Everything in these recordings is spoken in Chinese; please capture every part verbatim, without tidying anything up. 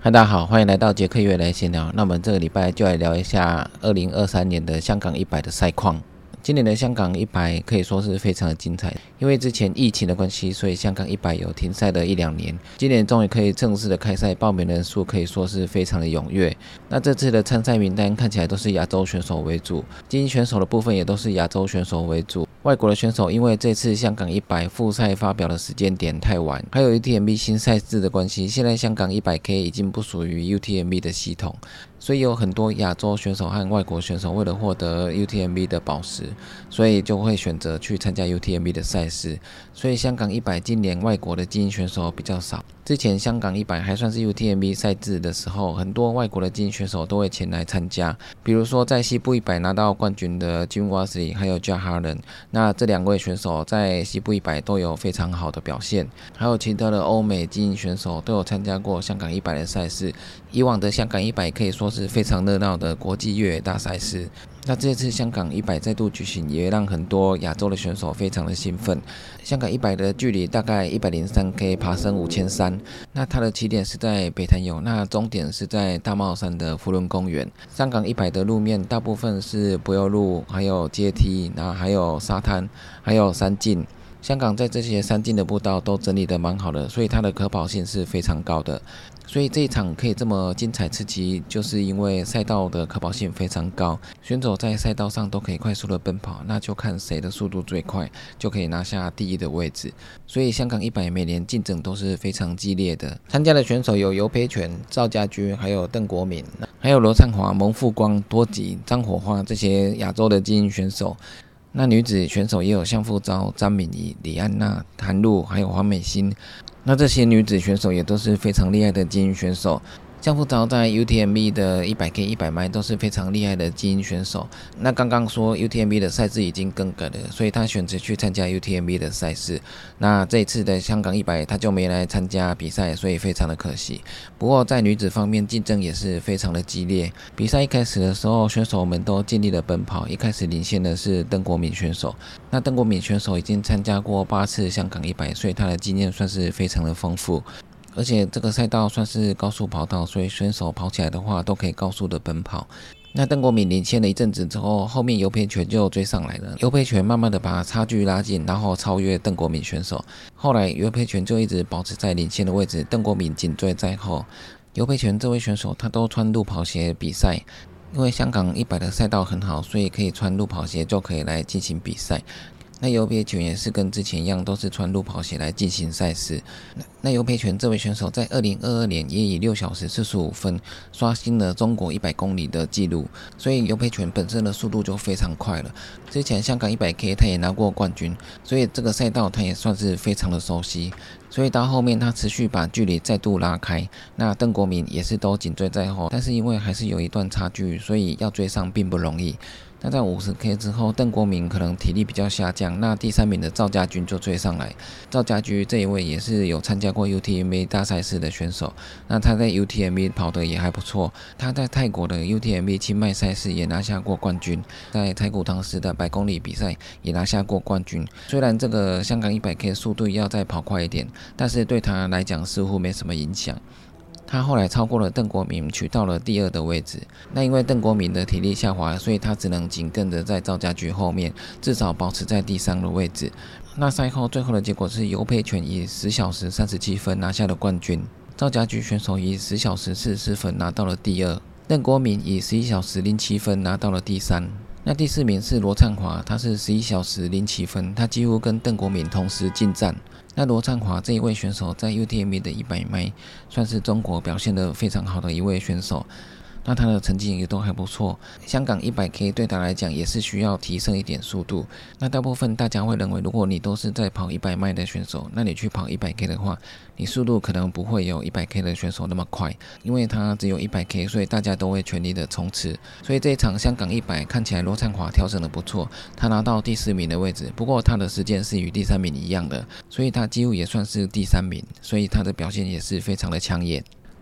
嗨，大家好，欢迎来到杰克越来闲聊。那我们这个礼拜就来聊一下二零二三年的香港一百的赛况。今年的香港一百可以说是非常的精彩，因为之前疫情的关系，所以香港一百有停赛的一两年。今年终于可以正式的开赛，报名人数可以说是非常的踊跃。那这次的参赛名单看起来都是亚洲选手为主，精英选手的部分也都是亚洲选手为主。外国的选手因为这次香港一百复赛发表的时间点太晚，还有 U T M B 新赛制的关系，现在香港一百 K 已经不属于 U T M B 的系统，所以有很多亚洲选手和外国选手为了获得 U T M B 的宝石，所以就会选择去参加 U T M B 的赛事。所以香港一百今年外国的精英选手比较少。之前香港一百还算是 U T M B 赛制的时候，很多外国的精英选手都会前来参加，比如说在西部一百拿到冠军的 Jim Wassley 还有 Jack Harlan， 那这两位选手在西部一百都有非常好的表现，还有其他的欧美精英选手都有参加过香港一百的赛事。以往的香港一百可以说是非常热闹的国际越野大赛事，那这次香港一百再度举行，也让很多亚洲的选手非常的兴奋。香港一百的距离大概 一百零三 K， 爬升五千三百，那它的起点是在北潭涌，那终点是在大帽山的福伦公园。香港一百的路面大部分是柏油路，还有阶梯，然后还有沙滩，还有山径。香港在这些山径的步道都整理得蛮好的，所以它的可跑性是非常高的。所以这一场可以这么精彩刺激，就是因为赛道的可跑性非常高，选手在赛道上都可以快速的奔跑，那就看谁的速度最快，就可以拿下第一的位置。所以香港一百每年竞争都是非常激烈的。参加的选手有尤培权、赵家驹，还有邓国敏，还有罗灿华、蒙富光、多吉、张火花这些亚洲的精英选手。那女子选手也有向富昭、张敏仪、李安娜、谭露，还有黄美欣。那这些女子选手也都是非常厉害的精英选手。向富昭在 U T M B 的 一百 K、一百 迈都是非常厉害的精英选手。那刚刚说 U T M B 的赛制已经更改了，所以他选择去参加 U T M B 的赛事。那这一次的香港一百他就没来参加比赛，所以非常的可惜。不过在女子方面竞争也是非常的激烈。比赛一开始的时候，选手们都尽力的奔跑，一开始领先的是邓国敏选手。那邓国敏选手已经参加过八次香港一百，所以他的经验算是非常的丰富。而且这个赛道算是高速跑道，所以选手跑起来的话都可以高速的奔跑。那邓国敏领先了一阵子之后，后面尤培权就追上来了。尤培权慢慢的把差距拉近，然后超越邓国敏选手。后来尤培权就一直保持在领先的位置，邓国敏紧追在后。尤培权这位选手他都穿路跑鞋比赛，因为香港一百的赛道很好，所以可以穿路跑鞋就可以来进行比赛。那尤培权也是跟之前一样，都是穿路跑鞋来进行赛事。那尤培权这位选手在二零二二年也以六小时四十五分刷新了中国一百公里的纪录，所以尤培权本身的速度就非常快了。之前香港一百 K 他也拿过冠军，所以这个赛道他也算是非常的熟悉。所以到后面他持续把距离再度拉开，那邓国敏也是都紧追在后，但是因为还是有一段差距，所以要追上并不容易。那在 五十 K 之后，邓国敏可能体力比较下降，那第三名的赵家驹就追上来。赵家驹这一位也是有参加过 U T M B 大赛事的选手，那他在 U T M B 跑得也还不错，他在泰国的 U T M B 清迈赛事也拿下过冠军，在太古堂时的百公里比赛也拿下过冠军。虽然这个香港一百 K 速度要再跑快一点，但是对他来讲似乎没什么影响。他后来超过了邓国敏，取到了第二的位置。那因为邓国敏的体力下滑，所以他只能紧跟着在赵家驹后面，至少保持在第三的位置。那赛后最后的结果是尤培权以十小时三十七分拿下了冠军，赵家驹选手以十小时四十四分拿到了第二，邓国敏以十一小时零七分拿到了第三。那第四名是罗灿华，他是十一小时零七分，他几乎跟邓国敏同时进站。那罗灿华这一位选手在 U T M B 的一百迈算是中国表现得非常好的一位选手，那他的成绩也都还不错。香港一百 K 对他来讲也是需要提升一点速度。那大部分大家会认为，如果你都是在跑一百迈的选手，那你去跑一百 K 的话，你速度可能不会有一百 K 的选手那么快，因为他只有一百 K， 所以大家都会全力的冲刺。所以这一场香港一百看起来罗灿华调整得不错，他拿到第四名的位置，不过他的时间是与第三名一样的，所以他几乎也算是第三名，所以他的表现也是非常的抢眼。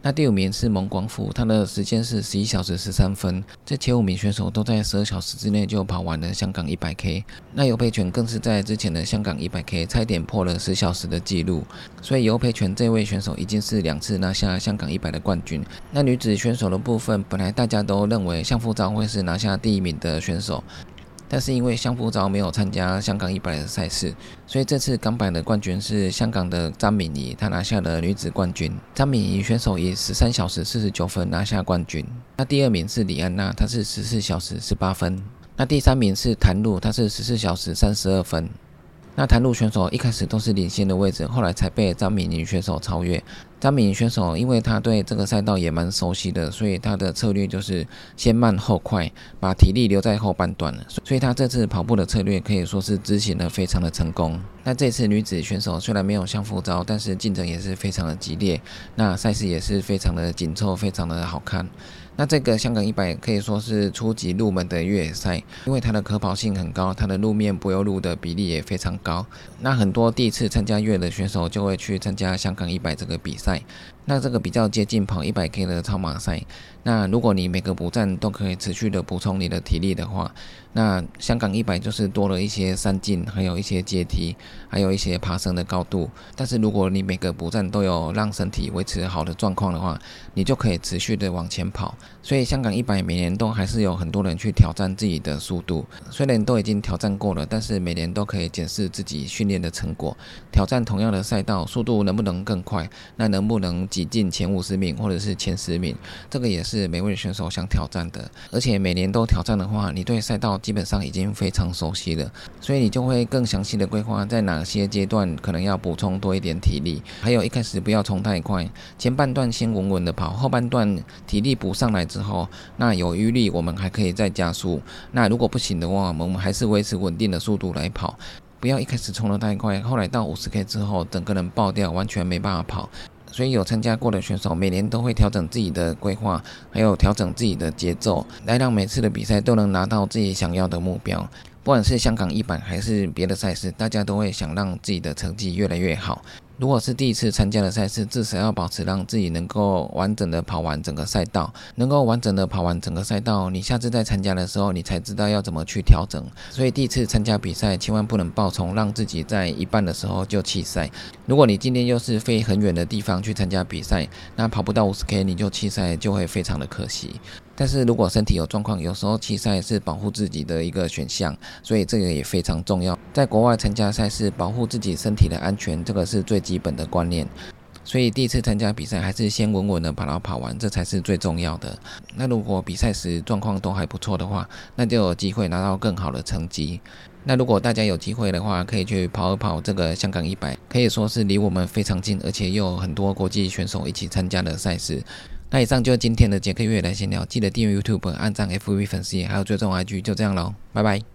那第五名是蒙光富，他的时间是十一小时十三分。这前五名选手都在十二小时之内就跑完了香港 一百K。那尤培权更是在之前的香港 一百K 差点破了十小时的纪录，所以尤培权这位选手已经是两次拿下香港一百的冠军。那女子选手的部分，本来大家都认为相夫昭会是拿下第一名的选手。但是因为相夫昭没有参加香港一百的赛事，所以这次港百的冠军是香港的张敏仪，她拿下了女子冠军。张敏仪选手以十三小时四十九分拿下冠军。那第二名是李安娜，她是十四小时十八分。那第三名是谭露，她是十四小时三十二分。那谭露选手一开始都是领先的位置，后来才被张敏仪选手超越。张敏仪选手因为他对这个赛道也蛮熟悉的，所以他的策略就是先慢后快，把体力留在后半段，所以他这次跑步的策略可以说是执行得非常的成功。那这次女子选手虽然没有相夫昭，但是竞争也是非常的激烈，那赛事也是非常的紧凑，非常的好看。那这个香港一百可以说是初级入门的越野赛，因为它的可跑性很高，它的路面柏油路的比例也非常高。那很多第一次参加越野的选手就会去参加香港一百这个比赛。那这个比较接近跑 一百K 的超马赛。那如果你每个补站都可以持续的补充你的体力的话，那香港一百就是多了一些山径，还有一些阶梯，还有一些爬升的高度。但是如果你每个补站都有让身体维持好的状况的话，你就可以持续的往前跑。所以香港一百每年都还是有很多人去挑战自己的速度，虽然都已经挑战过了，但是每年都可以检视自己训练的成果，挑战同样的赛道，速度能不能更快，那能不能挤进前五十名或者是前十名，这个也是每位选手想挑战的。而且每年都挑战的话，你对赛道基本上已经非常熟悉了，所以你就会更详细的规划在哪些阶段可能要补充多一点体力，还有一开始不要冲太快，前半段先稳稳的跑，后半段体力补上来之后，那有余力我们还可以再加速。那如果不行的话，我们还是维持稳定的速度来跑，不要一开始冲得太快，后来到 五十K 之后整个人爆掉，完全没办法跑。所以有参加过的选手每年都会调整自己的规划，还有调整自己的节奏，来让每次的比赛都能拿到自己想要的目标。不管是香港一百还是别的赛事，大家都会想让自己的成绩越来越好。如果是第一次参加的赛事，至少要保持让自己能够完整的跑完整个赛道，能够完整的跑完整个赛道，你下次再参加的时候，你才知道要怎么去调整。所以第一次参加比赛，千万不能爆冲，让自己在一半的时候就弃赛。如果你今天又是飞很远的地方去参加比赛，那跑不到 五十K 你就弃赛，就会非常的可惜。但是如果身体有状况，有时候弃赛是保护自己的一个选项，所以这个也非常重要。在国外参加赛事，保护自己身体的安全，这个是最基本的观念。所以第一次参加比赛，还是先稳稳的把它跑完，这才是最重要的。那如果比赛时状况都还不错的话，那就有机会拿到更好的成绩。那如果大家有机会的话，可以去跑一跑这个香港一百，可以说是离我们非常近，而且又有很多国际选手一起参加的赛事。那以上就是今天的杰克越野来闲聊，记得订阅 YouTube、按赞 F B 粉丝页，还有追踪 I G， 就这样咯，拜拜。